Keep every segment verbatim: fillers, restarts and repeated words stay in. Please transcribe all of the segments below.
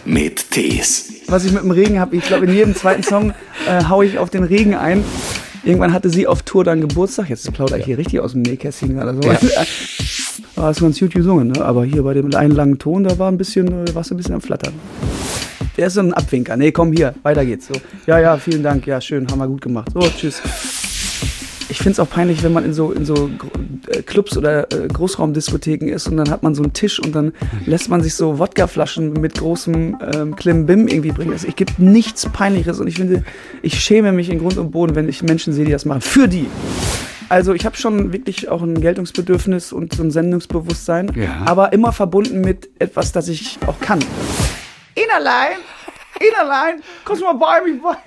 mit Tees. Was ich mit dem Regen habe, ich glaube, in jedem zweiten Song äh, haue ich auf den Regen ein. Irgendwann hatte sie auf Tour dann Geburtstag. Jetzt plaudere ich hier richtig aus dem Nähkästchen oder so. Ja. War es ganz gut gesungen, ne? Aber hier bei dem einen langen Ton, da war ein bisschen, da warst du ein bisschen am Flattern. Der ist so ein Abwinker. Nee, komm hier, weiter geht's. So. Ja, ja, vielen Dank. Ja, schön, haben wir gut gemacht. So, tschüss. Ich finde es auch peinlich, wenn man in so, in so Clubs oder äh, Großraumdiskotheken ist und dann hat man so einen Tisch und dann lässt man sich so Wodkaflaschen mit großem ähm, Klimbim irgendwie bringen. Also, ich gibt nichts Peinlicheres und ich finde, ich schäme mich in Grund und Boden, wenn ich Menschen sehe, die das machen. Für die. Also ich habe schon wirklich auch ein Geltungsbedürfnis und so ein Sendungsbewusstsein, ja. Aber immer verbunden mit etwas, das ich auch kann. Innerlein, Innerlein, kommst du mal bei mich bei.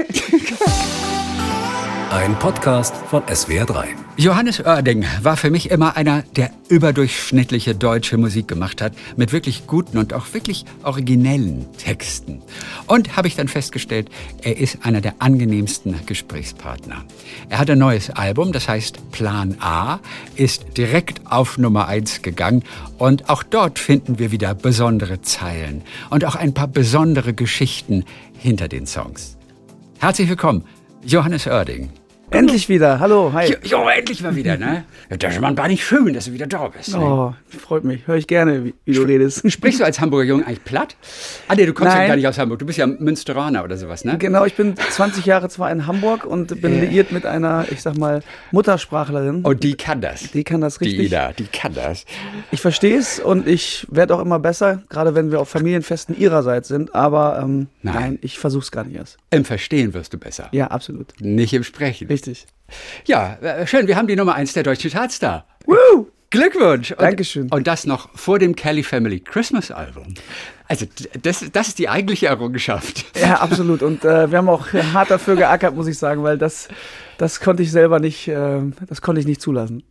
Ein Podcast von S W R drei. Johannes Oerding war für mich immer einer, der überdurchschnittliche deutsche Musik gemacht hat, mit wirklich guten und auch wirklich originellen Texten. Und habe ich dann festgestellt, er ist einer der angenehmsten Gesprächspartner. Er hat ein neues Album, das heißt Plan A, ist direkt auf Nummer eins gegangen und auch dort finden wir wieder besondere Zeilen und auch ein paar besondere Geschichten hinter den Songs. Herzlich willkommen, Johannes Oerding. Endlich wieder, hallo, hi. Jo, jo endlich mal wieder, ne? Das ist gar nicht schön, dass du wieder da bist. Ne? Oh, freut mich, höre ich gerne, wie, wie du redest. Sprichst du als Hamburger Jungen eigentlich platt? Ah nee, du kommst Nein. ja gar nicht aus Hamburg, du bist ja Münsteraner oder sowas, ne? Genau, ich bin zwanzig Jahre zwar in Hamburg und bin äh. liiert mit einer, ich sag mal, Muttersprachlerin. Und die kann das. Die kann das richtig. Die Ida, die kann das. Ich verstehe es und ich werde auch immer besser, gerade wenn wir auf Familienfesten ihrerseits sind, aber ähm, nein. nein, ich versuche es gar nicht erst. Im Verstehen wirst du besser. Ja, absolut. Nicht im Sprechen. Richtig. Ja, schön, wir haben die Nummer eins der deutschen Charts da. Woo! Glückwunsch. Und, Dankeschön. Und das noch vor dem Kelly Family Christmas Album. Also das, das ist die eigentliche Errungenschaft. Ja, absolut. Und äh, wir haben auch hart dafür geackert, muss ich sagen, weil das, das konnte ich selber nicht, äh, das konnte ich nicht zulassen.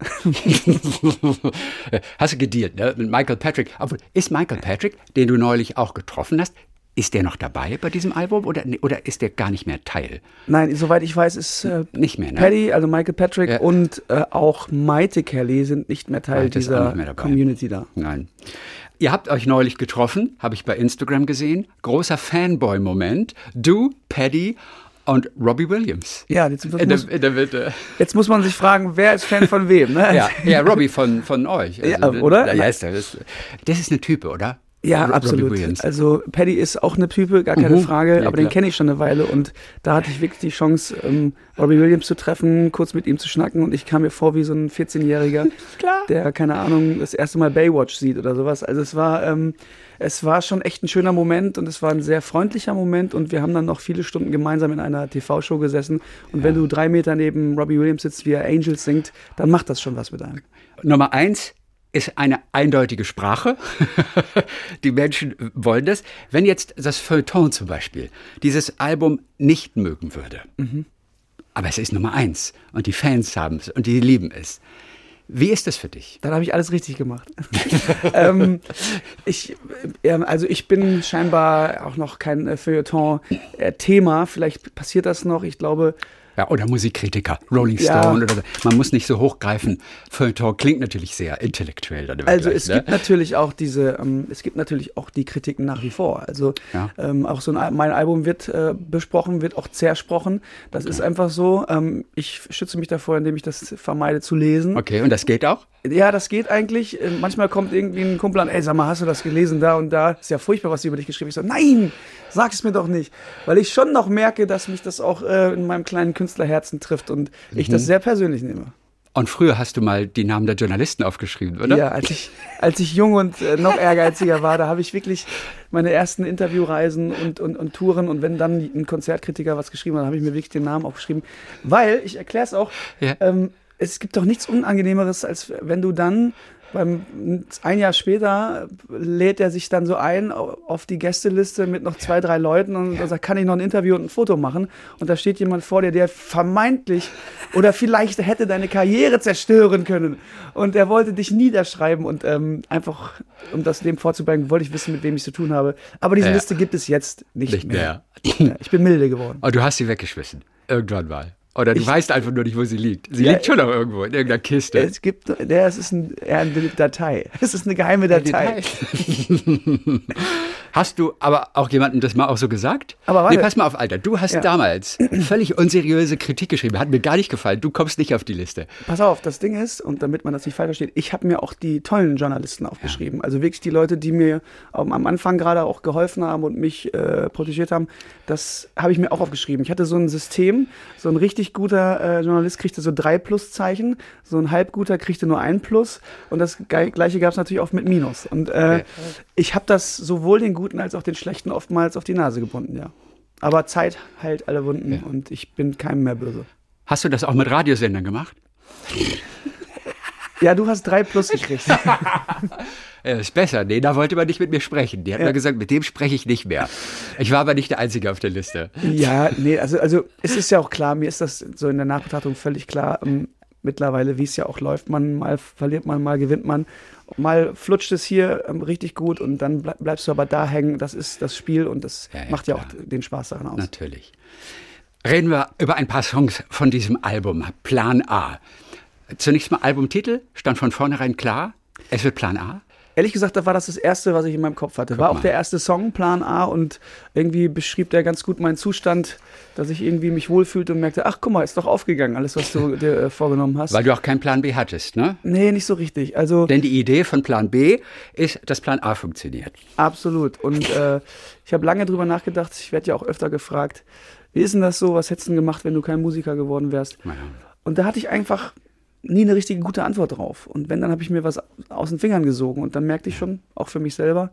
Hast du gedealt, ne? Mit Michael Patrick. Obwohl, ist Michael Patrick, den du neulich auch getroffen hast, ist der noch dabei bei diesem Album oder, oder ist der gar nicht mehr Teil? Nein, soweit ich weiß, ist äh, nicht mehr, ne? Paddy, also Michael Patrick ja. und äh, auch Maite Kelly sind nicht mehr Teil Maite dieser nicht mehr Community da. Nein. Ihr habt euch neulich getroffen, habe ich bei Instagram gesehen. Großer Fanboy-Moment. Du, Paddy und Robbie Williams. Ja, jetzt, in, muss, der, in der Mitte. Jetzt muss man sich fragen, wer ist Fan von wem? Ne? ja, ja, Robbie von, von euch. Also, ja, oder? Ja, ist das, das ist eine Type, oder? Ja, R- absolut. Also Paddy ist auch eine Type, gar keine mhm. Frage, ja, aber klar. den kenne ich schon eine Weile und da hatte ich wirklich die Chance, ähm, Robbie Williams zu treffen, kurz mit ihm zu schnacken und ich kam mir vor wie so ein vierzehnjähriger, der, keine Ahnung, das erste Mal Baywatch sieht oder sowas. Also es war, ähm, es war schon echt ein schöner Moment und es war ein sehr freundlicher Moment und wir haben dann noch viele Stunden gemeinsam in einer T V-Show gesessen und ja. wenn du drei Meter neben Robbie Williams sitzt, wie er Angels singt, dann macht das schon was mit einem. Nummer eins ist eine eindeutige Sprache. Die Menschen wollen das. Wenn jetzt das Feuilleton zum Beispiel dieses Album nicht mögen würde, mhm. aber es ist Nummer eins und die Fans haben es und die lieben es. Wie ist das für dich? Dann habe ich alles richtig gemacht. ähm, ich, äh, also ich bin scheinbar auch noch kein äh, Feuilleton-Thema. Vielleicht passiert das noch. Ich glaube... Ja, oder Musikkritiker, Rolling Stone ja. oder so. Man muss nicht so hochgreifen. Feuilleton klingt natürlich sehr intellektuell. Dann also gleich, es ne? gibt natürlich auch diese, ähm, es gibt natürlich auch die Kritiken nach wie vor. Also ja. ähm, auch so ein mein Album wird äh, besprochen, wird auch zersprochen. Das okay. ist einfach so. Ähm, ich schütze mich davor, indem ich das vermeide zu lesen. Okay, und das geht auch? Ja, das geht eigentlich. Äh, manchmal kommt irgendwie ein Kumpel an, ey, sag mal, hast du das gelesen da und da? Ist ja furchtbar, was sie über dich geschrieben haben. Ich so, nein, sag es mir doch nicht. Weil ich schon noch merke, dass mich das auch äh, in meinem kleinen Künstlerherzen trifft und mhm. ich das sehr persönlich nehme. Und früher hast du mal die Namen der Journalisten aufgeschrieben, oder? Ja, als ich, als ich jung und äh, noch ehrgeiziger war, da habe ich wirklich meine ersten Interviewreisen und, und, und Touren und wenn dann ein Konzertkritiker was geschrieben hat, habe ich mir wirklich den Namen aufgeschrieben. Weil, ich erkläre es auch, ja. ähm, es gibt doch nichts Unangenehmeres, als wenn du dann beim, ein Jahr später lädt er sich dann so ein auf die Gästeliste mit noch zwei, drei Leuten und ja. sagt, kann ich noch ein Interview und ein Foto machen? Und da steht jemand vor dir, der vermeintlich oder vielleicht hätte deine Karriere zerstören können. Und er wollte dich niederschreiben und ähm, einfach, um das dem vorzubeugen, wollte ich wissen, mit wem ich zu tun habe. Aber diese ja. Liste gibt es jetzt nicht, nicht mehr. mehr. Ja, ich bin milde geworden. Und du hast sie weggeschmissen. Irgendwann mal. Oder du Ich- weißt einfach nur nicht, wo sie liegt. Sie Ja, liegt schon noch irgendwo in irgendeiner Kiste. Es gibt, der, es ist ein, eher eine Datei. Es ist eine geheime Datei. Hast du aber auch jemandem das mal auch so gesagt? Aber warte. Nee, pass mal auf, Alter. Du hast Ja. damals völlig unseriöse Kritik geschrieben. Hat mir gar nicht gefallen. Du kommst nicht auf die Liste. Pass auf, das Ding ist, und damit man das nicht falsch versteht, ich habe mir auch die tollen Journalisten aufgeschrieben. Also wirklich die Leute, die mir ähm, am Anfang gerade auch geholfen haben und mich äh, protegiert haben, das habe ich mir auch aufgeschrieben. Ich hatte so ein System, so ein richtig guter äh, Journalist kriegte so drei Pluszeichen, so ein halbguter kriegte nur ein Plus und das ge- gleiche gab es natürlich auch mit Minus. Und äh, Okay. ich habe das sowohl den guten als auch den schlechten oftmals auf die Nase gebunden, ja. Aber Zeit heilt alle Wunden Ja. und ich bin keinem mehr böse. Hast du das auch mit Radiosendern gemacht? Ja, du hast drei Plus gekriegt. Ja, ist besser. Nee, da wollte man nicht mit mir sprechen. Die hat Ja. mir gesagt, mit dem spreche ich nicht mehr. Ich war aber nicht der Einzige auf der Liste. Ja, nee, also, also es ist ja auch klar, mir ist das so in der Nachbetrachtung völlig klar, ähm, mittlerweile, wie es ja auch läuft. Man mal verliert man, mal gewinnt man. Mal flutscht es hier ähm, richtig gut und dann bleib, bleibst du aber da hängen. Das ist das Spiel und das Ja, ja, macht ja klar. auch den Spaß daran aus. Natürlich. Reden wir über ein paar Songs von diesem Album, Plan A. Zunächst mal Albumtitel, stand von vornherein klar, es wird Plan A. Ehrlich gesagt, da war das das Erste, was ich in meinem Kopf hatte. Guck War auch mal. der erste Song, Plan A, und irgendwie beschrieb der ganz gut meinen Zustand, dass ich irgendwie mich wohlfühlte und merkte, ach guck mal, ist doch aufgegangen, alles, was du dir äh, vorgenommen hast. Weil du auch keinen Plan B hattest, ne? Nee, nicht so richtig. Also Denn die Idee von Plan B ist, dass Plan A funktioniert. absolut. Und äh, ich habe lange drüber nachgedacht, ich werde ja auch öfter gefragt, wie ist denn das so, was hättest du denn gemacht, wenn du kein Musiker geworden wärst? Naja. Und da hatte ich einfach nie eine richtige gute Antwort drauf. Und wenn, dann habe ich mir was aus den Fingern gesogen. Und dann merkte ich schon, auch für mich selber,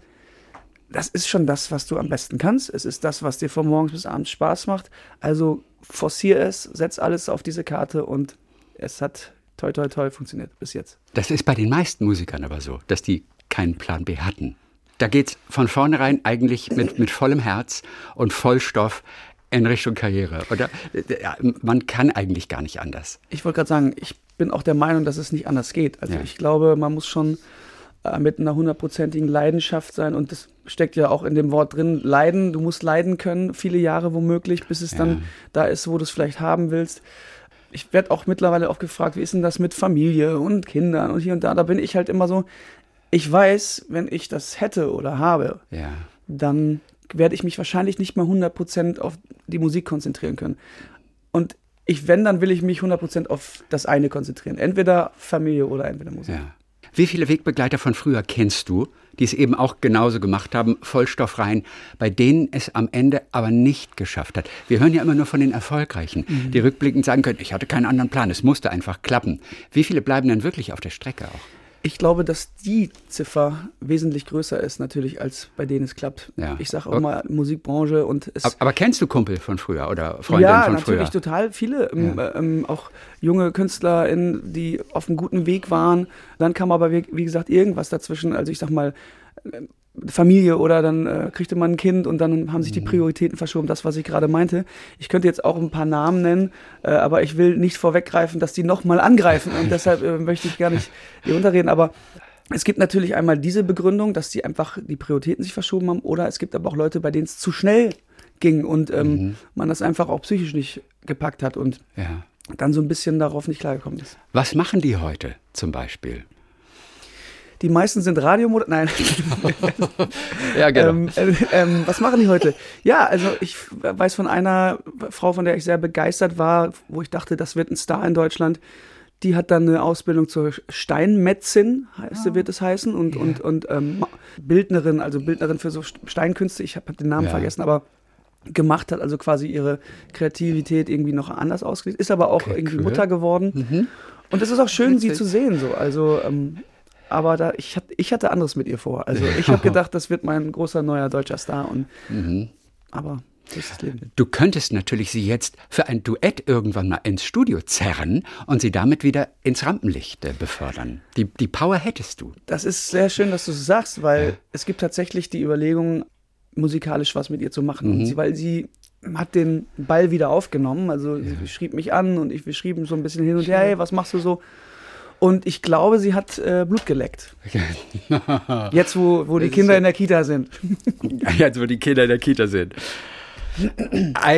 das ist schon das, was du am besten kannst. Es ist das, was dir von morgens bis abends Spaß macht. Also forcier es, setz alles auf diese Karte und es hat toi toi toi funktioniert bis jetzt. Das ist bei den meisten Musikern aber so, dass die keinen Plan B hatten. Da geht's von vornherein eigentlich mit, mit vollem Herz und Vollstoff in Richtung Karriere. Oder ja, man kann eigentlich gar nicht anders. Ich wollte gerade sagen, ich bin auch der Meinung, dass es nicht anders geht. Also Ja. ich glaube, man muss schon äh, mit einer hundertprozentigen Leidenschaft sein und das steckt ja auch in dem Wort drin, leiden. Du musst leiden können, viele Jahre womöglich, bis es Ja. dann da ist, wo du es vielleicht haben willst. Ich werde auch mittlerweile oft gefragt, wie ist denn das mit Familie und Kindern und hier und da. Da bin ich halt immer so, ich weiß, wenn ich das hätte oder habe, Ja. dann werde ich mich wahrscheinlich nicht mal hundert Prozent auf die Musik konzentrieren können. Und ich, wenn, dann will ich mich hundert Prozent auf das eine konzentrieren. Entweder Familie oder entweder Musik. Ja. Wie viele Wegbegleiter von früher kennst du, die es eben auch genauso gemacht haben, Vollstoff rein, bei denen es am Ende aber nicht geschafft hat? Wir hören ja immer nur von den Erfolgreichen, Mhm. die rückblickend sagen können, ich hatte keinen anderen Plan, es musste einfach klappen. Wie viele bleiben denn wirklich auf der Strecke auch? Ich glaube, dass die Ziffer wesentlich größer ist natürlich, als bei denen es klappt. Ja. Ich sage auch mal Musikbranche und es... Aber, aber kennst du Kumpel von früher oder Freundinnen ja, von früher? natürlich total viele, ähm, ähm, auch junge KünstlerInnen, die auf einem guten Weg waren. Dann kam aber, wie, wie gesagt, irgendwas dazwischen. Also ich sag mal, äh, Familie oder dann äh, kriegte man ein Kind und dann haben sich die Prioritäten verschoben, das, was ich gerade meinte. Ich könnte jetzt auch ein paar Namen nennen, äh, aber ich will nicht vorweggreifen, dass die nochmal angreifen und deshalb äh, möchte ich gar nicht hier unterreden. Aber es gibt natürlich einmal diese Begründung, dass die einfach die Prioritäten sich verschoben haben, oder es gibt aber auch Leute, bei denen es zu schnell ging und ähm, Mhm. man das einfach auch psychisch nicht gepackt hat und Ja. dann so ein bisschen darauf nicht klargekommen ist. Was machen die heute zum Beispiel? Die meisten sind Radiomoderator. Nein. Ja, ähm, äh, ähm, was machen die heute? Ja, also ich weiß von einer Frau, von der ich sehr begeistert war, wo ich dachte, das wird ein Star in Deutschland. Die hat dann eine Ausbildung zur Steinmetzin, heißt, wird es heißen, und, Ja. und, und ähm, Bildnerin, also Bildnerin für so Steinkünste. Ich habe den Namen Ja. vergessen, aber gemacht hat, also quasi ihre Kreativität irgendwie noch anders ausgelegt, ist aber auch Okay, irgendwie cool. Mutter geworden. Mhm. Und es ist auch schön, sie Witzig. zu sehen, so. Also, ähm, aber da, ich, hab, ich hatte anderes mit ihr vor. Also ich habe gedacht, das wird mein großer neuer deutscher Star. Und, Mhm. aber das ist das Leben. Du könntest natürlich sie jetzt für ein Duett irgendwann mal ins Studio zerren und sie damit wieder ins Rampenlicht äh, befördern. Die, die Power hättest du. Das ist sehr schön, dass du es sagst, weil es gibt tatsächlich die Überlegung, musikalisch was mit ihr zu machen. Mhm. Und sie, weil sie hat den Ball wieder aufgenommen. Also sie schrieb mich an und ich, wir schrieben so ein bisschen hin und her, hey, was machst du so? Und ich glaube, sie hat äh, Blut geleckt. Jetzt, wo, wo die Das Kinder ist ja- in der Kita sind. Jetzt, wo die Kinder in der Kita sind. Ein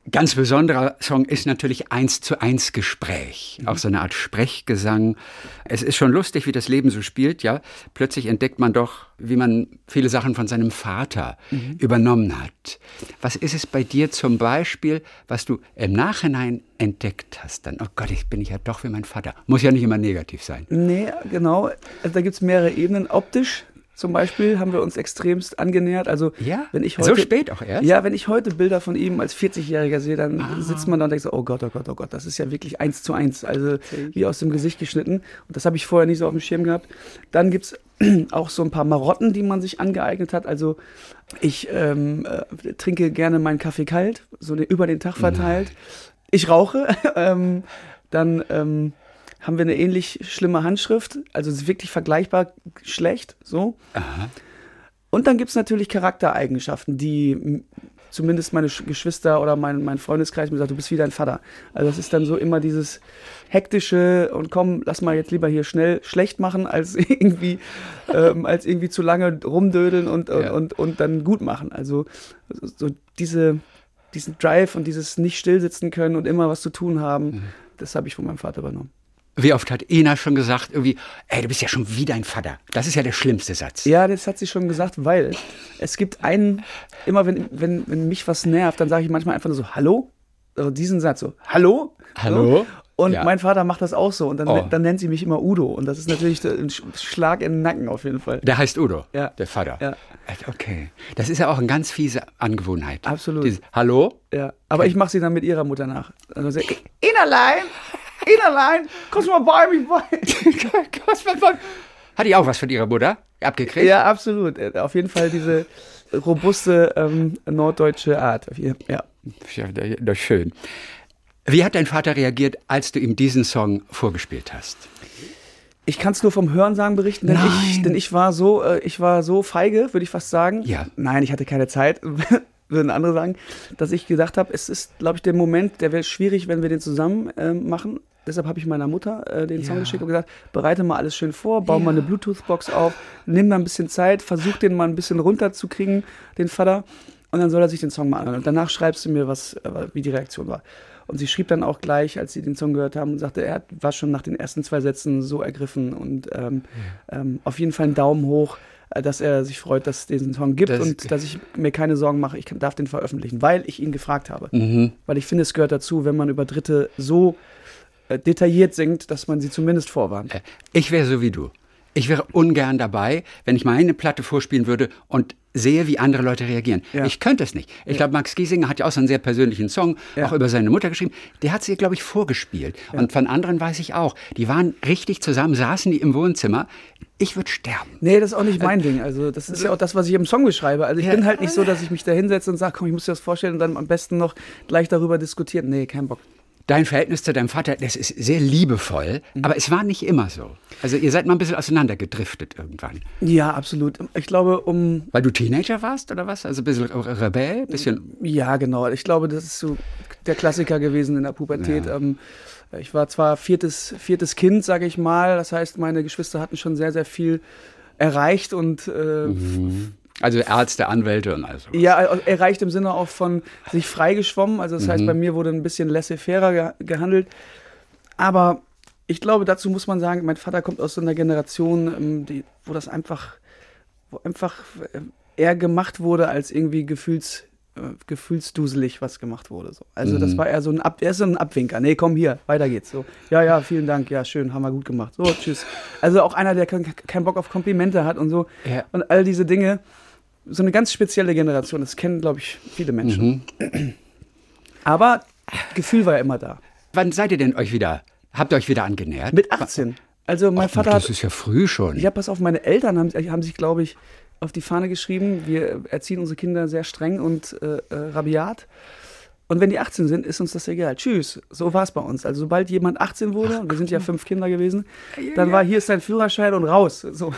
Ganz besonderer Song ist natürlich eins zu eins Gespräch. Mhm. Auch so eine Art Sprechgesang. Es ist schon lustig, wie das Leben so spielt, ja. Plötzlich entdeckt man doch, wie man viele Sachen von seinem Vater mhm. übernommen hat. Was ist es bei dir zum Beispiel, was du im Nachhinein entdeckt hast? Dann, oh Gott, ich bin ich ja doch wie mein Vater. Muss ja nicht immer negativ sein. Nee, genau. Also da gibt es mehrere Ebenen. Optisch zum Beispiel haben wir uns extremst angenähert. Also, ja, wenn ich heute, so spät auch erst? Ja, wenn ich heute Bilder von ihm als vierzigjähriger sehe, dann ah. sitzt man da und denkt so, oh Gott, oh Gott, oh Gott, das ist ja wirklich eins zu eins, also wie aus dem Gesicht geschnitten. Und das habe ich vorher nicht so auf dem Schirm gehabt. Dann gibt es auch so ein paar Marotten, die man sich angeeignet hat. Also ich ähm, äh, trinke gerne meinen Kaffee kalt, so den, über den Tag verteilt. Nein. Ich rauche, ähm, dann... Ähm, haben wir eine ähnlich schlimme Handschrift, also es ist wirklich vergleichbar schlecht, so. Aha. Und dann gibt es natürlich Charaktereigenschaften, die zumindest meine Geschwister oder mein, mein Freundeskreis mir sagt, du bist wie dein Vater. Also das ist dann so immer dieses hektische und komm, lass mal jetzt lieber hier schnell schlecht machen, als irgendwie, ähm, als irgendwie zu lange rumdödeln und, ja. und, und, und dann gut machen. Also so diese, diesen Drive und dieses nicht stillsitzen können und immer was zu tun haben, mhm. das habe ich von meinem Vater übernommen. Wie oft hat Ina schon gesagt, irgendwie, ey, du bist ja schon wie dein Vater. Das ist ja der schlimmste Satz. Ja, das hat sie schon gesagt, weil es gibt einen, immer wenn, wenn, wenn mich was nervt, dann sage ich manchmal einfach nur so, hallo? Also diesen Satz so, hallo? Hallo? So. Und ja. mein Vater macht das auch so. Und dann, oh. dann nennt sie mich immer Udo. Und das ist natürlich ein Schlag in den Nacken auf jeden Fall. Der heißt Udo, ja. der Vater. Ja. Okay. Das ist ja auch eine ganz fiese Angewohnheit. Absolut. Dieses, hallo? Ja. Aber okay. ich mache sie dann mit ihrer Mutter nach. Also, Innerlein! Innerlein, kommst du mal bei mich bei. Hat die auch was von ihrer Mutter abgekriegt? Ja, absolut. Auf jeden Fall diese robuste ähm, norddeutsche Art. Ja. Ja, das ist schön. Wie hat dein Vater reagiert, als du ihm diesen Song vorgespielt hast? Ich kann es nur vom Hörensagen berichten, denn ich, denn ich war so, äh, ich war so feige, würde ich fast sagen. Ja. Nein, ich hatte keine Zeit. Würden andere sagen, dass ich gedacht habe, es ist, glaube ich, der Moment, der wäre schwierig, wenn wir den zusammen äh, machen. Deshalb habe ich meiner Mutter äh, den ja. Song geschickt und gesagt, bereite mal alles schön vor, baue ja. mal eine Bluetooth-Box auf, nimm da ein bisschen Zeit, versuch den mal ein bisschen runterzukriegen, den Vater, und dann soll er sich den Song mal anhören. Und danach schreibst du mir, was, äh, wie die Reaktion war. Und sie schrieb dann auch gleich, als sie den Song gehört haben, und sagte, er war schon nach den ersten zwei Sätzen so ergriffen und ähm, ja. ähm, auf jeden Fall einen Daumen hoch, dass er sich freut, dass es diesen Song gibt das und dass ich mir keine Sorgen mache, ich kann, darf den veröffentlichen, weil ich ihn gefragt habe. Mhm. Weil ich finde, es gehört dazu, wenn man über Dritte so äh, detailliert singt, dass man sie zumindest vorwarnt. Ich wäre so wie du. Ich wäre ungern dabei, wenn ich meine Platte vorspielen würde und sehe, wie andere Leute reagieren. Ja. Ich könnte es nicht. Ich ja. glaube, Max Giesinger hat ja auch so einen sehr persönlichen Song, ja. auch über seine Mutter geschrieben. Der hat sie, glaube ich, vorgespielt. Ja. Und von anderen weiß ich auch. Die waren richtig zusammen, saßen die im Wohnzimmer. Ich würde sterben. Nee, das ist auch nicht mein Ding. Also das ist ja auch das, was ich im Song beschreibe. Also ich ja. bin halt nicht so, dass ich mich da hinsetze und sage, komm, ich muss dir das vorstellen und dann am besten noch gleich darüber diskutieren. Nee, kein Bock. Dein Verhältnis zu deinem Vater, das ist sehr liebevoll, mhm. aber es war nicht immer so. Also ihr seid mal ein bisschen auseinandergedriftet irgendwann. Ja, absolut. Ich glaube, um... Weil du Teenager warst oder was? Also ein bisschen Rebell? Ein bisschen... Ja, genau. Ich glaube, das ist so der Klassiker gewesen in der Pubertät. Ja. Ähm, ich war zwar viertes, viertes Kind, sage ich mal. Das heißt, meine Geschwister hatten schon sehr, sehr viel erreicht und... Äh, mhm. Also Ärzte, Anwälte und alles. Ja, erreicht im Sinne auch von sich freigeschwommen. Also das mhm. heißt, bei mir wurde ein bisschen laissez-faire ge- gehandelt. Aber ich glaube, dazu muss man sagen, mein Vater kommt aus so einer Generation, die, wo das einfach, wo einfach eher gemacht wurde, als irgendwie gefühls, äh, gefühlsduselig was gemacht wurde. So. Also mhm. das war eher so ein, Ab- er ist so ein Abwinker. Nee, komm hier, weiter geht's. So, ja, ja, vielen Dank, ja, schön, haben wir gut gemacht. So, tschüss. Also auch einer, der keinen kein Bock auf Komplimente hat und so. Ja. Und all diese Dinge. So eine ganz spezielle Generation, das kennen, glaube ich, viele Menschen. Mhm. Aber Gefühl war ja immer da. Wann seid ihr denn euch wieder, habt ihr euch wieder angenährt? Mit achtzehn. Also mein Ach, Vater das hat, ist ja früh schon. Ja, pass auf, meine Eltern haben, haben sich, glaube ich, auf die Fahne geschrieben, wir erziehen unsere Kinder sehr streng und äh, äh, rabiat. Und wenn die achtzehn sind, ist uns das egal. Tschüss. So war es bei uns. Also sobald jemand achtzehn wurde, und wir sind ja fünf Kinder gewesen, dann war, hier ist dein Führerschein und raus. So,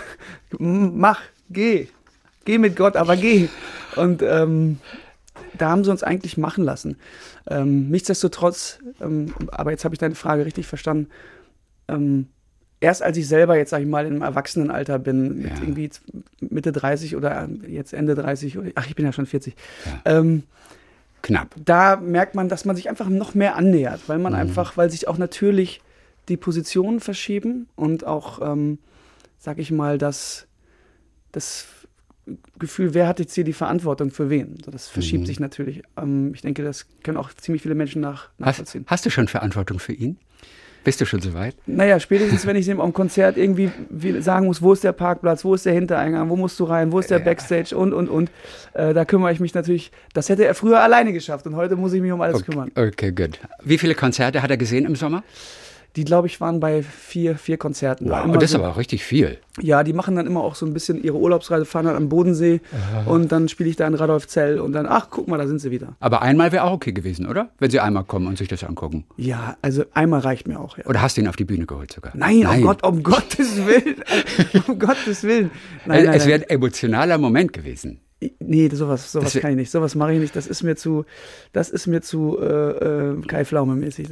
mach, geh. Geh mit Gott, aber geh. Und ähm, da haben sie uns eigentlich machen lassen. Ähm, nichtsdestotrotz, ähm, aber jetzt habe ich deine Frage richtig verstanden, ähm, erst als ich selber jetzt, sag ich mal, im Erwachsenenalter bin, mit ja. irgendwie Mitte dreißig oder jetzt Ende dreißig, ach, ich bin ja schon vierzig, ja. ähm, knapp. Da merkt man, dass man sich einfach noch mehr annähert, weil man mhm. einfach, weil sich auch natürlich die Positionen verschieben und auch, ähm, sag ich mal, das, das Gefühl, wer hat jetzt hier die Verantwortung für wen? So, das verschiebt mhm. sich natürlich. Ähm, ich denke, das können auch ziemlich viele Menschen nach, nachvollziehen. Hast, hast du schon Verantwortung für ihn? Bist du schon soweit? Naja, spätestens, wenn ich ihm am Konzert irgendwie sagen muss, wo ist der Parkplatz, wo ist der Hintereingang, wo musst du rein, wo ist der Backstage und, und, und. Äh, da kümmere ich mich natürlich, das hätte er früher alleine geschafft und heute muss ich mich um alles okay, kümmern. Okay, gut. Wie viele Konzerte hat er gesehen im Sommer? Die, glaube ich, waren bei vier, vier Konzerten. Wow, das ist so, aber auch richtig viel. Ja, die machen dann immer auch so ein bisschen ihre Urlaubsreise, fahren dann am Bodensee Aha. und dann spiele ich da in Radolfzell und dann, ach, guck mal, da sind sie wieder. Aber einmal wäre auch okay gewesen, oder? Wenn sie einmal kommen und sich das angucken. Ja, also einmal reicht mir auch. Ja. Oder hast du ihn auf die Bühne geholt sogar? Nein, nein. Oh Gott, um Gottes Willen. um Gottes Willen. Nein, nein, es wäre ein emotionaler Moment gewesen. Nee, sowas, sowas kann ich nicht. Sowas mache ich nicht. Das ist mir zu, das ist mir zu äh, äh, Kai Pflaume-mäßig.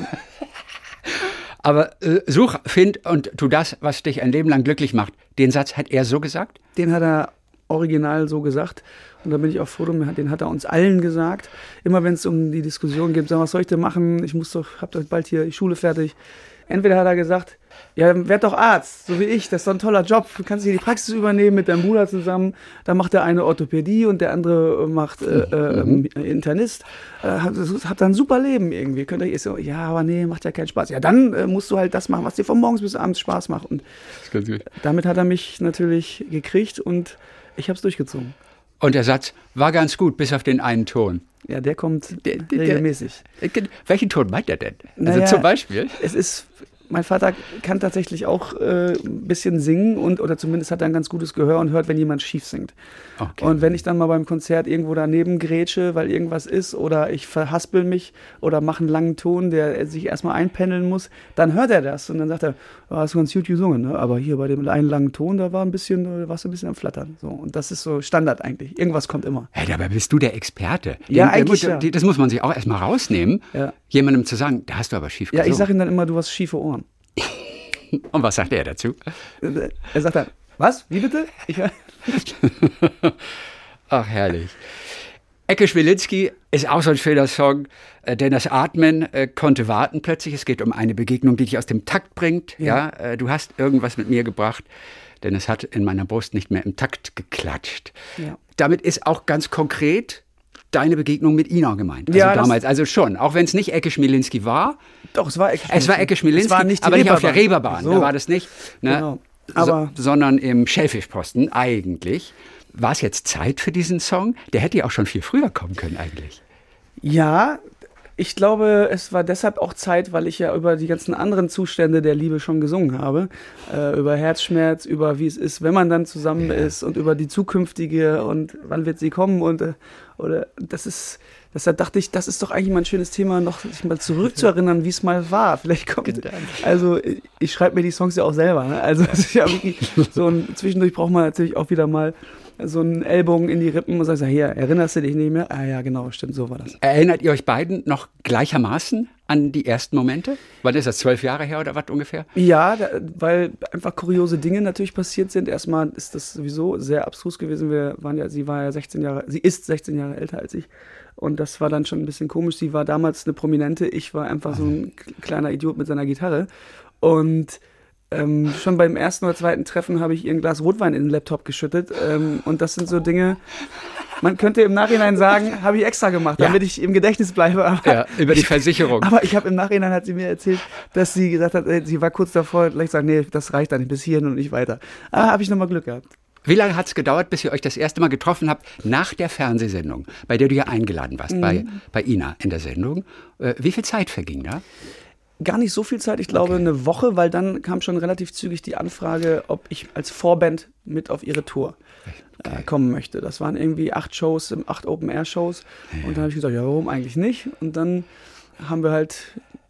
Aber äh, such, find und tu das, was dich ein Leben lang glücklich macht. Den Satz hat er so gesagt? Den hat er original so gesagt. Und da bin ich auch froh, den hat er uns allen gesagt. Immer wenn es um die Diskussion geht, sagen, was soll ich denn machen? Ich muss doch, hab doch bald hier die Schule fertig. Entweder hat er gesagt, ja, werd doch Arzt, so wie ich, das ist doch ein toller Job. Du kannst hier die Praxis übernehmen mit deinem Bruder zusammen. Da macht der eine Orthopädie und der andere macht äh, äh, mhm. Internist. Äh, habt dann ein super Leben irgendwie. Könnt ihr so, ja, aber nee, macht ja keinen Spaß. Ja, dann äh, musst du halt das machen, was dir von morgens bis abends Spaß macht. Und damit hat er mich natürlich gekriegt und ich habe es durchgezogen. Und der Satz war ganz gut, bis auf den einen Ton. Ja, der kommt der, der, regelmäßig. Der, welchen Ton meint er denn? Also naja, zum Beispiel? Es ist, mein Vater kann tatsächlich auch äh, ein bisschen singen und oder zumindest hat er ein ganz gutes Gehör und hört, wenn jemand schief singt. Okay. Und wenn ich dann mal beim Konzert irgendwo daneben grätsche, weil irgendwas ist oder ich verhaspel mich oder mache einen langen Ton, der sich erstmal einpendeln muss, dann hört er das und dann sagt er, oh, hast du ganz gut gesungen, ne? Aber hier bei dem einen langen Ton, da war ein bisschen, warst du ein bisschen am Flattern. So. Und das ist so Standard eigentlich. Irgendwas kommt immer. Hey, dabei bist du der Experte. Den, ja, eigentlich der, ja. Das muss man sich auch erstmal rausnehmen, ja. Jemandem zu sagen, da hast du aber schief gesungen. Ja, ich sage ihm dann immer, du hast schiefe Ohren. Und was sagt er dazu? Er sagt dann, was? Wie bitte? Ich Ach, herrlich. Ecke Schwilinski ist auch so ein schöner Song, denn das Atmen äh, konnte warten plötzlich. Es geht um eine Begegnung, die dich aus dem Takt bringt. Ja. Ja, äh, du hast irgendwas mit mir gebracht, denn es hat in meiner Brust nicht mehr im Takt geklatscht. Ja. Damit ist auch ganz konkret deine Begegnung mit Ina gemeint. Also ja, damals, also schon, auch wenn es nicht Ecke Schmilinski war. Doch, es war Ecke Schmilinski. Es war Ecke Schmilinski, aber nicht Reeperbahn. auf der Reeperbahn. So. Da war das nicht. Ne? Genau. Aber so, sondern im Schellfischposten eigentlich. War es jetzt Zeit für diesen Song? Der hätte ja auch schon viel früher kommen können eigentlich. Ja, ich glaube, es war deshalb auch Zeit, weil ich ja über die ganzen anderen Zustände der Liebe schon gesungen habe. Äh, über Herzschmerz, über wie es ist, wenn man dann zusammen ja. ist und über die zukünftige und wann wird sie kommen und äh, oder das ist, deshalb dachte ich, das ist doch eigentlich mal ein schönes Thema, noch sich mal zurückzuerinnern, wie es mal war. Vielleicht kommt, also ich, ich schreibe mir die Songs ja auch selber, ne? Also es ist ja wirklich so ein, zwischendurch braucht man natürlich auch wieder mal so einen Ellbogen in die Rippen und sagt, hier, erinnerst du dich nicht mehr? Ah ja, genau, stimmt, so war das. Erinnert ihr euch beiden noch gleichermaßen an die ersten Momente? Wann ist das, zwölf Jahre her oder was ungefähr? Ja, da, weil einfach kuriose Dinge natürlich passiert sind. Erstmal ist das sowieso sehr abstrus gewesen. Wir waren ja, sie war ja sechzehn Jahre, sie ist sechzehn Jahre älter als ich. Und das war dann schon ein bisschen komisch. Sie war damals eine Prominente, ich war einfach so ein kleiner Idiot mit seiner Gitarre. Und Ähm, schon beim ersten oder zweiten Treffen habe ich ihr ein Glas Rotwein in den Laptop geschüttet. Ähm, und das sind so Dinge, man könnte im Nachhinein sagen, habe ich extra gemacht, damit ja. ich im Gedächtnis bleibe. Aber ja, über die Versicherung. Aber ich habe im Nachhinein, hat sie mir erzählt, dass sie gesagt hat, sie war kurz davor, gleich sagt, nee, das reicht dann nicht, bis hierhin und nicht weiter. Ah, habe ich nochmal Glück gehabt. Wie lange hat es gedauert, bis ihr euch das erste Mal getroffen habt, nach der Fernsehsendung, bei der du ja eingeladen warst, mhm. bei, bei Ina in der Sendung? Äh, wie viel Zeit verging da? Gar nicht so viel Zeit, ich glaube okay. eine Woche, weil dann kam schon relativ zügig die Anfrage, ob ich als Vorband mit auf ihre Tour okay. äh, kommen möchte. Das waren irgendwie acht Shows, acht Open-Air-Shows ja. und dann habe ich gesagt, ja, warum eigentlich nicht? Und dann haben wir halt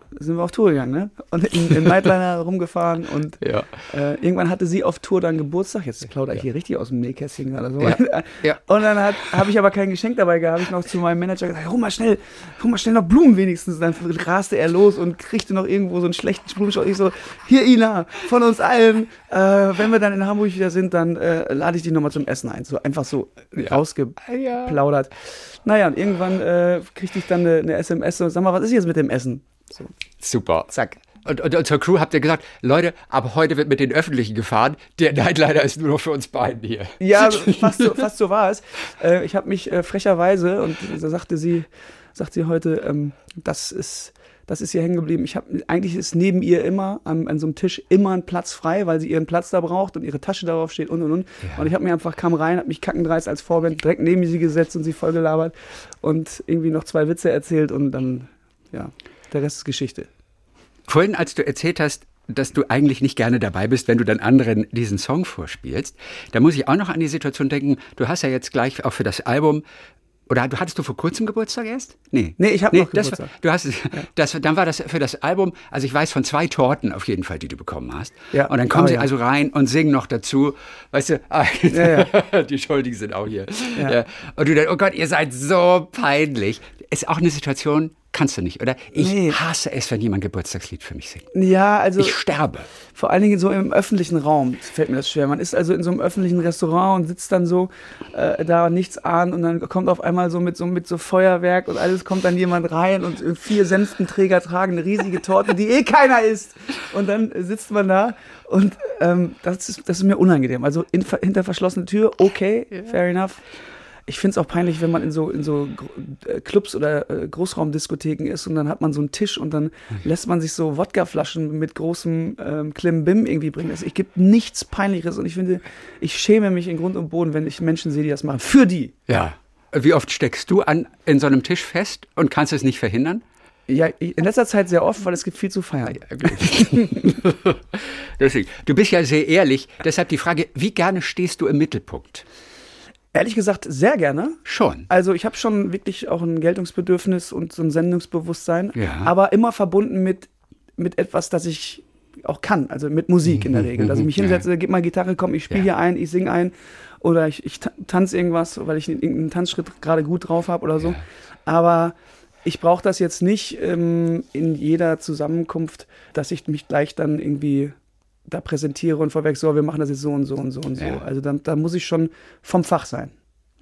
sind wir auf Tour gegangen, ne? Und in, in Nightliner rumgefahren und Ja. äh, irgendwann hatte sie auf Tour dann Geburtstag. Jetzt plaudere ich hier richtig aus dem Nähkästchen gerade so. Ja. Ja. Und dann habe ich aber kein Geschenk dabei gehabt. Habe ich noch zu meinem Manager gesagt, hol mal schnell, hol mal schnell noch Blumen wenigstens. Und dann raste er los und kriegte noch irgendwo so einen schlechten Blumenstrauß. Ich so, hier Ina, von uns allen, äh, wenn wir dann in Hamburg wieder sind, dann äh, lade ich dich nochmal zum Essen ein. So einfach so Ja. rausgeplaudert. Naja, und irgendwann äh, kriegte ich dann eine, eine S M S und sag mal, was ist jetzt mit dem Essen? So, Super. zack. Und, und, und zur Crew habt ihr gesagt, Leute, ab heute wird mit den Öffentlichen gefahren. Der Nightliner ist nur noch für uns beiden hier. Ja, fast so, fast so war es. Äh, ich habe mich äh, frecherweise, und da sagte sie, sagt sie heute, ähm, das ist, das ist hier hängen geblieben. Ich habe, eigentlich ist neben ihr immer an, an so einem Tisch immer ein Platz frei, weil sie ihren Platz da braucht und ihre Tasche darauf steht und und und. Ja. Und ich habe mir einfach, kam rein, habe mich kackendreist als Vorband direkt neben sie gesetzt und sie voll gelabert und irgendwie noch zwei Witze erzählt und dann, ja, der Rest ist Geschichte. Vorhin, als du erzählt hast, dass du eigentlich nicht gerne dabei bist, wenn du dann anderen diesen Song vorspielst, da muss ich auch noch an die Situation denken, du hast ja jetzt gleich auch für das Album, oder du hattest du vor kurzem Geburtstag erst? Nee. Nee, ich habe noch das, Geburtstag. Du hast, das, dann war das für das Album, also ich weiß von zwei Torten auf jeden Fall, die du bekommen hast. Ja. Und dann kommen Oh, sie ja. also rein und singen noch dazu. Weißt du, ah, Ja, die Schuldigen sind auch hier. Ja. Ja. Und du dann, oh Gott, ihr seid so peinlich. Ist auch eine Situation, kannst du nicht, oder? Ich Nee. hasse es, wenn jemand Geburtstagslied für mich singt. Ja, also Ich sterbe. vor allen Dingen so im öffentlichen Raum fällt mir das schwer. Man ist also in so einem öffentlichen Restaurant und sitzt dann so äh, da und nichts ahnt und dann kommt auf einmal so mit so mit so Feuerwerk und alles kommt dann jemand rein und vier Senftenträger tragen eine riesige Torte, die eh keiner isst. Und dann sitzt man da und ähm, das ist das ist mir unangenehm. Also in, hinter verschlossener Tür, okay, fair enough. Ich finde es auch peinlich, wenn man in so, in so Clubs oder äh, Großraumdiskotheken ist und dann hat man so einen Tisch und dann lässt man sich so Wodkaflaschen mit großem ähm, Klimbim irgendwie bringen. Also, es gibt nichts Peinlicheres und ich finde, ich schäme mich in Grund und Boden, wenn ich Menschen sehe, die das machen. Für die. Ja. Wie oft steckst du an in so einem Tisch fest und kannst es nicht verhindern? Ja, in letzter Zeit sehr oft, weil es gibt viel zu feiern. Deswegen, du bist ja sehr ehrlich. Deshalb die Frage, wie gerne stehst du im Mittelpunkt? Ehrlich gesagt, sehr gerne. Schon. Also ich habe schon wirklich auch ein Geltungsbedürfnis und so ein Sendungsbewusstsein, Ja. aber immer verbunden mit, mit etwas, das ich auch kann, also mit Musik in der Regel. Dass ich mich hinsetze, gib mal Gitarre, komm, ich spiele Ja. hier ein, ich singe ein oder ich, ich ta- tanze irgendwas, weil ich irgendeinen Tanzschritt gerade gut drauf habe oder so. Ja. Aber ich brauche das jetzt nicht ähm, in jeder Zusammenkunft, dass ich mich gleich dann irgendwie da präsentiere und vorweg, so, wir machen das jetzt so und so und so und so. Ja. Also da, da muss ich schon vom Fach sein.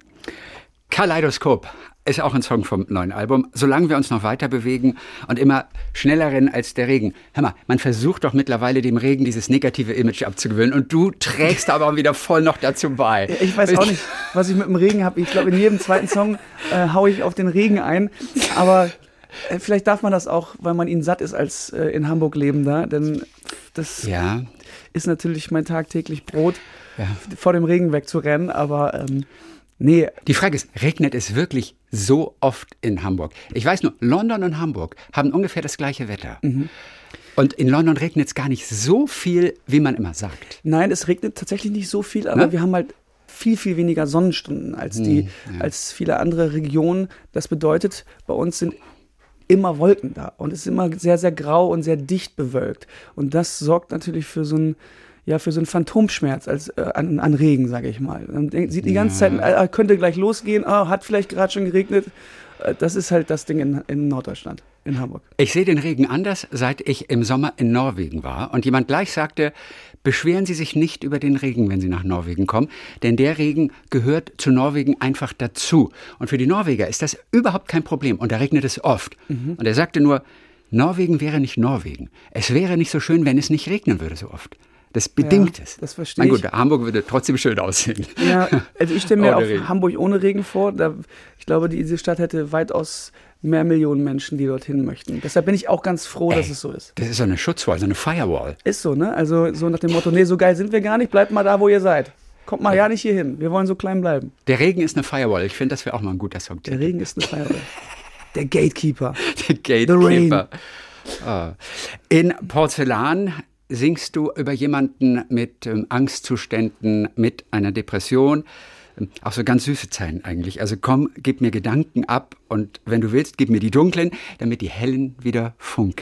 Kaleidoskop ist auch ein Song vom neuen Album. Solange wir uns noch weiter bewegen und immer schneller rennen als der Regen. Hör mal, man versucht doch mittlerweile dem Regen dieses negative Image abzugewöhnen und du trägst aber wieder voll noch dazu bei. Ich weiß auch nicht, was ich mit dem Regen habe. Ich glaube, in jedem zweiten Song äh, haue ich auf den Regen ein. Aber äh, vielleicht darf man das auch, weil man ihn satt ist als äh, in Hamburg Lebender. Denn das Ja, ist natürlich mein tagtäglich Brot, ja. vor dem Regen wegzurennen. Aber ähm, nee, Die Frage ist, regnet es wirklich so oft in Hamburg? Ich weiß nur, London und Hamburg haben ungefähr das gleiche Wetter. Mhm. Und in London regnet es gar nicht so viel, wie man immer sagt. nein, es regnet tatsächlich nicht so viel, aber Ne? wir haben halt viel, viel weniger Sonnenstunden als die, ja. als viele andere Regionen. Das bedeutet, bei uns sind immer Wolken da und es ist immer sehr, sehr grau und sehr dicht bewölkt. Und das sorgt natürlich für so ein, ja, für so einen Phantomschmerz als, äh, an, an Regen, sage ich mal. Man denkt, sieht die ganze Ja. Zeit, äh, könnte gleich losgehen, ah, hat vielleicht gerade schon geregnet. Äh, das ist halt das Ding in, in Norddeutschland, in Hamburg. Ich sehe den Regen anders, seit ich im Sommer in Norwegen war und jemand gleich sagte, beschweren Sie sich nicht über den Regen, wenn Sie nach Norwegen kommen, denn der Regen gehört zu Norwegen einfach dazu. Und für die Norweger ist das überhaupt kein Problem und da regnet es oft. Mhm. Und er sagte nur, Norwegen wäre nicht Norwegen. Es wäre nicht so schön, wenn es nicht regnen würde so oft. Das bedingt Ja, es. das verstehe Mein ich. gut, Hamburg würde trotzdem schön aussehen. Ja, also ich stelle mir Ohne auch Regen. Hamburg ohne Regen vor. Da, ich glaube, diese Stadt hätte weitaus mehr Millionen Menschen, die dorthin möchten. Deshalb bin ich auch ganz froh, dass Ey, es so ist. Das ist so eine Schutzwall, so eine Firewall. Ist so, ne? Also so nach dem Motto, nee, so geil sind wir gar nicht, bleibt mal da, wo ihr seid. Kommt mal ja nicht hier hin, wir wollen so klein bleiben. Der Regen ist eine Firewall. Ich finde, das wäre auch mal ein guter Song. Der Regen ist eine Feuerwehr. Der Gatekeeper. Der Gatekeeper. Ah. In Porzellan singst du über jemanden mit ähm, Angstzuständen, mit einer Depression. Ähm, auch so ganz süße Zeilen eigentlich. Also komm, gib mir Gedanken ab und wenn du willst, gib mir die dunklen, damit die hellen wieder funkeln.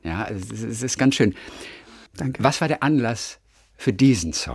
Ja, es ist, es ist ganz schön. Danke. Was war der Anlass für diesen Song?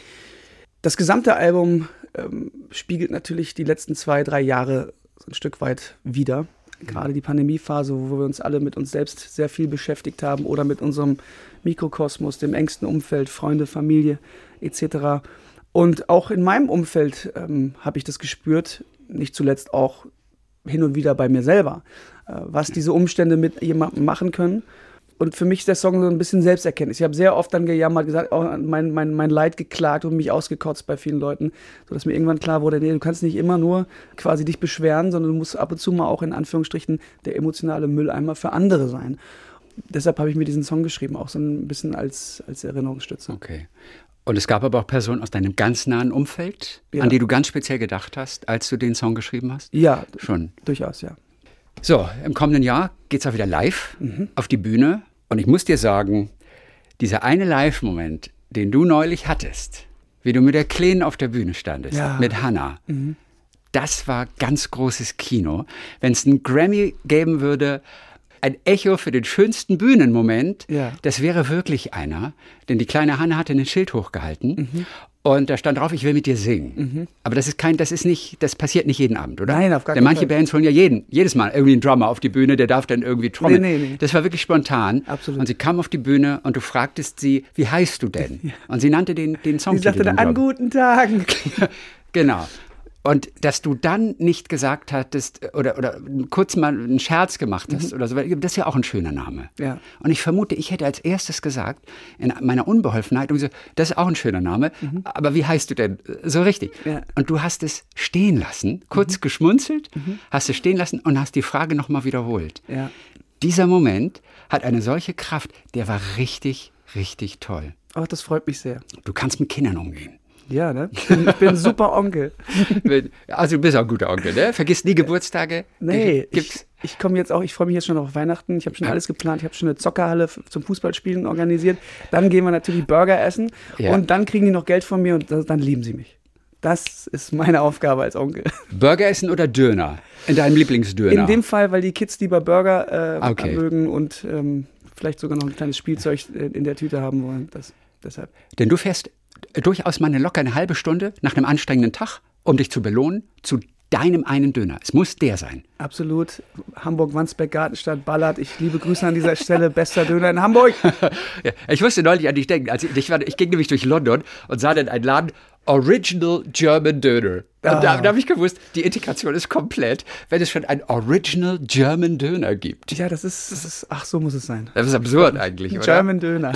Das gesamte Album ähm, spiegelt natürlich die letzten zwei, drei Jahre so ein Stück weit wider. Gerade die Pandemiephase, wo wir uns alle mit uns selbst sehr viel beschäftigt haben oder mit unserem Mikrokosmos, dem engsten Umfeld, Freunde, Familie et cetera. Und auch in meinem Umfeld ähm, habe ich das gespürt, nicht zuletzt auch hin und wieder bei mir selber, äh, was diese Umstände mit jemandem machen können. Und für mich ist der Song so ein bisschen Selbsterkenntnis. Ich habe sehr oft dann gejammert, gesagt, oh, mein, mein, mein Leid geklagt und mich ausgekotzt bei vielen Leuten, sodass mir irgendwann klar wurde, nee, du kannst nicht immer nur quasi dich beschweren, sondern du musst ab und zu mal auch in Anführungsstrichen der emotionale Mülleimer für andere sein. Deshalb habe ich mir diesen Song geschrieben, auch so ein bisschen als, als Erinnerungsstütze. Okay. Und es gab aber auch Personen aus deinem ganz nahen Umfeld, ja. an die du ganz speziell gedacht hast, als du den Song geschrieben hast? Ja, schon. Durchaus, ja. So, im kommenden Jahr geht's auch wieder live mhm. auf die Bühne. Und ich muss dir sagen, dieser eine Live-Moment, den du neulich hattest, wie du mit der Kleinen auf der Bühne standest, ja. mit Hannah, mhm. das war ganz großes Kino. Wenn es einen Grammy geben würde, ein Echo für den schönsten Bühnenmoment, ja. das wäre wirklich einer. Denn die kleine Hannah hatte ein Schild hochgehalten. Mhm. Und da stand drauf, ich will mit dir singen. Mhm. Aber das ist kein, das ist nicht, das passiert nicht jeden Abend, oder? Nein, auf gar Denn keinen manche Fall. Bands holen ja jeden, jedes Mal irgendwie einen Drummer auf die Bühne, der darf dann irgendwie trommeln. Nee, nee, nee. Das war wirklich spontan. Absolut. Und sie kam auf die Bühne und du fragtest sie, wie heißt du denn? Ja. Und sie nannte den, den Song. Sie sagte dann, an guten Tagen. Genau. Und dass du dann nicht gesagt hattest oder, oder kurz mal einen Scherz gemacht hast mhm. oder so, das ist ja auch ein schöner Name. Ja. Und ich vermute, ich hätte als erstes gesagt, in meiner Unbeholfenheit, und so, das ist auch ein schöner Name, mhm. aber wie heißt du denn? So richtig. Ja. Und du hast es stehen lassen, kurz mhm. geschmunzelt, mhm. hast es stehen lassen und hast die Frage nochmal wiederholt. Ja. Dieser Moment hat eine solche Kraft, der war richtig, richtig toll. Ach, das freut mich sehr. Du kannst mit Kindern umgehen. Ja, ne? Ich bin, ich bin ein super Onkel. Also du bist auch ein guter Onkel, ne? Vergisst nie Geburtstage? Nee, Gibt's? ich, ich komme jetzt auch, ich freue mich jetzt schon auf Weihnachten. Ich habe schon ja. alles geplant. Ich habe schon eine Zockerhalle zum Fußballspielen organisiert. Dann gehen wir natürlich Burger essen ja. und dann kriegen die noch Geld von mir und dann lieben sie mich. Das ist meine Aufgabe als Onkel. Burger essen oder Döner? In deinem Lieblingsdöner? In dem Fall, weil die Kids lieber Burger äh, okay. mögen und ähm, vielleicht sogar noch ein kleines Spielzeug in der Tüte haben wollen. Das, deshalb. Denn du fährst durchaus mal eine locker eine halbe Stunde nach einem anstrengenden Tag, um dich zu belohnen, zu deinem einen Döner. Es muss der sein. Absolut. Hamburg, Wandsbek, Gartenstadt, Ballard. Ich liebe Grüße an dieser Stelle. Bester Döner in Hamburg. Ja, ich musste neulich an dich denken. Also ich, war, ich ging nämlich durch London und sah dann einen Laden, Original German Döner. Und ah. da, da habe ich gewusst, die Integration ist komplett, wenn es schon einen Original German Döner gibt. Ja, das ist, das ist ach, so muss es sein. Das ist absurd eigentlich, oder? German Döner.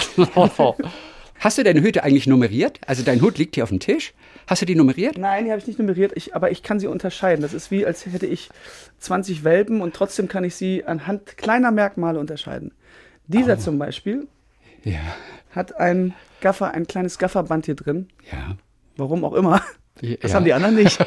Hast du deine Hüte eigentlich nummeriert? Also dein Hut liegt hier auf dem Tisch. Hast du die nummeriert? Nein, die habe ich nicht nummeriert, ich, aber ich kann sie unterscheiden. Das ist wie, als hätte ich zwanzig Welpen und trotzdem kann ich sie anhand kleiner Merkmale unterscheiden. Dieser oh. zum Beispiel ja. hat ein Gaffer, ein kleines Gafferband hier drin. Ja. Warum auch immer. Das ja. haben die anderen nicht.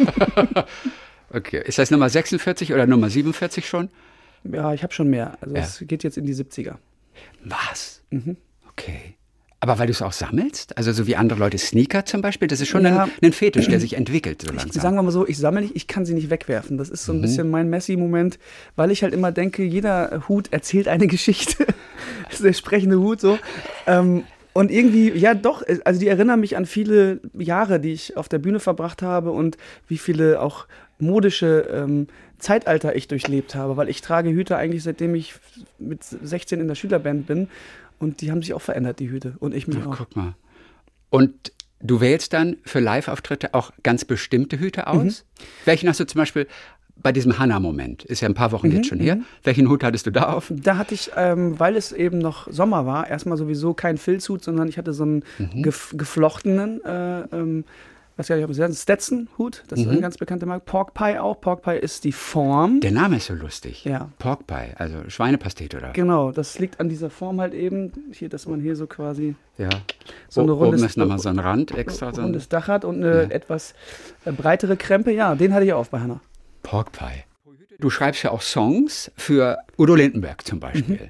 Okay. Ist das Nummer sechsundvierzig oder Nummer siebenundvierzig schon? Ja, ich habe schon mehr. Also ja. es geht jetzt in die siebziger. Was? Mhm. Okay. Aber weil du es auch sammelst? Also so wie andere Leute Sneaker zum Beispiel? Das ist schon ja. ein, ein Fetisch, der sich entwickelt so langsam. Ich, sagen wir mal so, ich sammle nicht, ich kann sie nicht wegwerfen. Das ist so ein mhm. bisschen mein Messi-Moment, weil ich halt immer denke, jeder Hut erzählt eine Geschichte. Das ist der sprechende Hut so. Ähm, und irgendwie, ja doch, also die erinnern mich an viele Jahre, die ich auf der Bühne verbracht habe und wie viele auch modische ähm, Zeitalter ich durchlebt habe, weil ich trage Hüte eigentlich seitdem ich mit sechzehn in der Schülerband bin. Und die haben sich auch verändert, die Hüte. Und ich mich Ach, auch. Guck mal. Und du wählst dann für Live-Auftritte auch ganz bestimmte Hüte aus? Mhm. Welchen hast du zum Beispiel bei diesem Hannah-Moment? Ist ja ein paar Wochen mhm, jetzt schon her. Mhm. Welchen Hut hattest du da auf? Da hatte ich, ähm, weil es eben noch Sommer war, erstmal sowieso keinen Filzhut, sondern ich hatte so einen mhm. gef- geflochtenen, äh, ähm, was ja, ich habe einen Stetson-Hut, das mhm. ist eine ganz bekannte Marke. Pork Pie auch. Pork Pie ist die Form. Der Name ist so lustig. Ja. Pork Pie, also Schweinepastete, oder? Genau, das liegt an dieser Form halt eben, hier, dass man hier so quasi ja. so eine rundes, oben ist nochmal so ein Rand extra. So ein rundes Dach hat und eine ja. etwas breitere Krempe. Ja, den hatte ich auch bei Hannah. Pork Pie. Du schreibst ja auch Songs für Udo Lindenberg zum Beispiel. Mhm.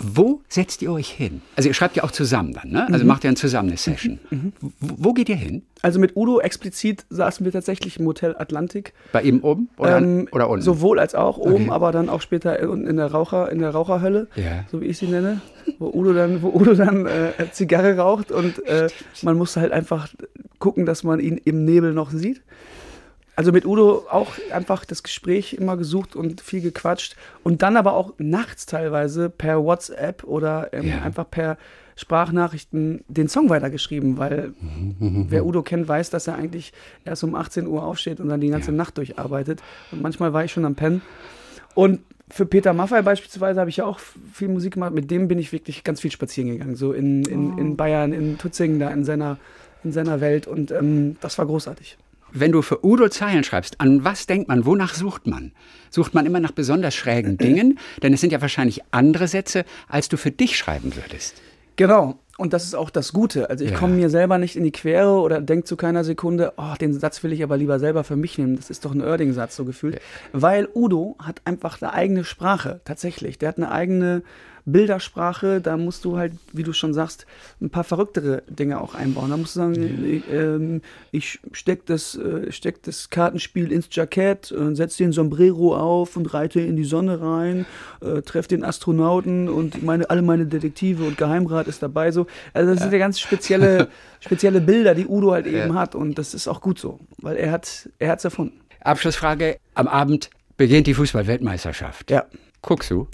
Wo setzt ihr euch hin? Also ihr schreibt ja auch zusammen dann, ne? Also Mhm. macht ihr dann zusammen eine Session. Mhm. Wo, wo geht ihr hin? Also mit Udo explizit saßen wir tatsächlich im Hotel Atlantik. Bei ihm oben oder, Ähm, oder unten? Sowohl als auch oben, Okay. aber dann auch später unten in der Raucher, in der Raucherhölle, Ja. so wie ich sie nenne, wo Udo dann, wo Udo dann äh, Zigarre raucht und äh, man musste halt einfach gucken, dass man ihn im Nebel noch sieht. Also mit Udo auch einfach das Gespräch immer gesucht und viel gequatscht und dann aber auch nachts teilweise per WhatsApp oder ähm, Ja. einfach per Sprachnachrichten den Song weitergeschrieben, weil wer Udo kennt, weiß, dass er eigentlich erst um achtzehn Uhr aufsteht und dann die ganze Ja. Nacht durcharbeitet. Und manchmal war ich schon am Pennen. Und für Peter Maffay beispielsweise habe ich ja auch viel Musik gemacht. Mit dem bin ich wirklich ganz viel spazieren gegangen. So in, in, in Bayern, in Tutzingen, da in seiner, in seiner Welt. Und ähm, das war großartig. Wenn du für Udo Zeilen schreibst, an was denkt man? Wonach sucht man? Sucht man immer nach besonders schrägen Dingen? Denn es sind ja wahrscheinlich andere Sätze, als du für dich schreiben würdest. Genau. Und das ist auch das Gute. Also ich Ja. komme mir selber nicht in die Quere oder denke zu keiner Sekunde, oh, den Satz will ich aber lieber selber für mich nehmen. Das ist doch ein Oerding-Satz, so gefühlt. Weil Udo hat einfach eine eigene Sprache, tatsächlich. Der hat eine eigene Bildersprache. Da musst du halt, wie du schon sagst, ein paar verrücktere Dinge auch einbauen. Da musst du sagen, ich, ähm, ich steck das, äh, steck das Kartenspiel ins Jackett, äh, setz den Sombrero auf und reite in die Sonne rein, äh, treff den Astronauten und meine, alle meine Detektive und Geheimrat ist dabei. So. Also das sind ja ganz spezielle, spezielle Bilder, die Udo halt eben Ja. hat. Und das ist auch gut so, weil er hat er hat's erfunden. Abschlussfrage. Am Abend beginnt die Fußball-Weltmeisterschaft. Ja. Guckst du?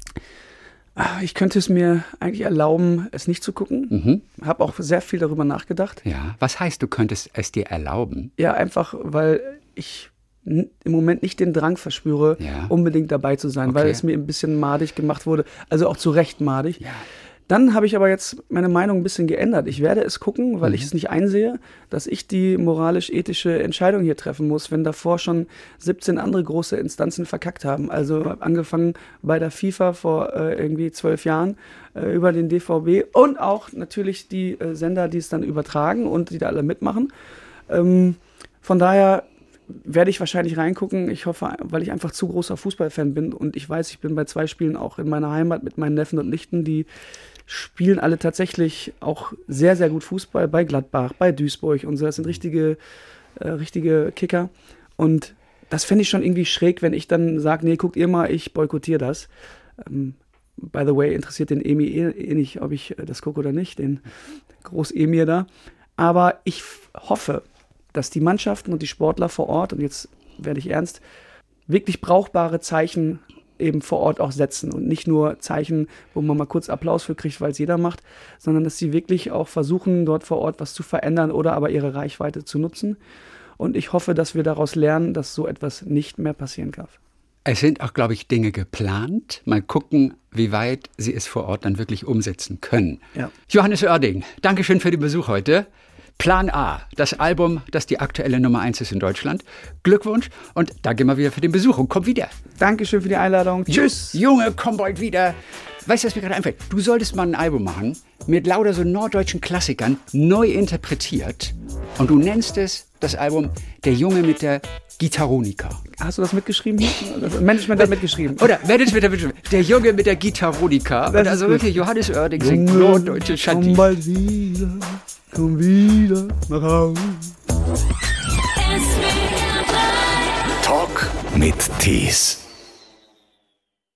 Ah, Ich könnte es mir eigentlich erlauben, es nicht zu gucken. Mhm. Habe auch sehr viel darüber nachgedacht. Ja. Was heißt, du könntest es dir erlauben? Ja, einfach, weil ich n- im Moment nicht den Drang verspüre, Ja. unbedingt dabei zu sein, weil Okay. es mir ein bisschen madig gemacht wurde. Also auch zu Recht madig. Ja. Dann habe ich aber jetzt meine Meinung ein bisschen geändert. Ich werde es gucken, weil Mhm. ich es nicht einsehe, dass ich die moralisch-ethische Entscheidung hier treffen muss, wenn davor schon siebzehn andere große Instanzen verkackt haben. Also angefangen bei der FIFA vor äh, irgendwie zwölf Jahren, äh, über den D V B und auch natürlich die äh, Sender, die es dann übertragen und die da alle mitmachen. Ähm, von daher werde ich wahrscheinlich reingucken. Ich hoffe, weil ich einfach zu großer Fußballfan bin und ich weiß, ich bin bei zwei Spielen auch in meiner Heimat mit meinen Neffen und Nichten, die spielen alle tatsächlich auch sehr, sehr gut Fußball bei Gladbach, bei Duisburg und so. Das sind richtige, äh, richtige Kicker. Und das fände ich schon irgendwie schräg, wenn ich dann sage, nee, guckt ihr mal, ich boykottiere das. Ähm, by the way, interessiert den Emi eh, eh nicht, ob ich äh, das gucke oder nicht, den Groß-Emir da. Aber ich f- hoffe, dass die Mannschaften und die Sportler vor Ort, und jetzt werde ich ernst, wirklich brauchbare Zeichen eben vor Ort auch setzen und nicht nur Zeichen, wo man mal kurz Applaus für kriegt, weil es jeder macht, sondern dass sie wirklich auch versuchen, dort vor Ort was zu verändern oder aber ihre Reichweite zu nutzen. Und ich hoffe, dass wir daraus lernen, dass so etwas nicht mehr passieren darf. Es sind auch, glaube ich, Dinge geplant. Mal gucken, wie weit Sie es vor Ort dann wirklich umsetzen können. Ja. Johannes Oerding, Dankeschön für den Besuch heute. Plan A, das Album, das die aktuelle Nummer eins ist in Deutschland. Glückwunsch und danke mal wieder für den Besuch und komm wieder. Dankeschön für die Einladung. Tschüss. Junge, komm bald wieder. Weißt du, was mir gerade einfällt? Du solltest mal ein Album machen mit lauter so norddeutschen Klassikern, neu interpretiert. Und du nennst es, das Album, Der Junge mit der Gitarronika. Hast du das mitgeschrieben hier? Das Management hat mitgeschrieben. Oder, wer das mit der, der Junge mit der Gitarronika. Und ist also gut. wirklich, Johannes Oerding singt norddeutsche Komm Shanty. bald wieder, komm wieder nach Hause. Talk mit Tees.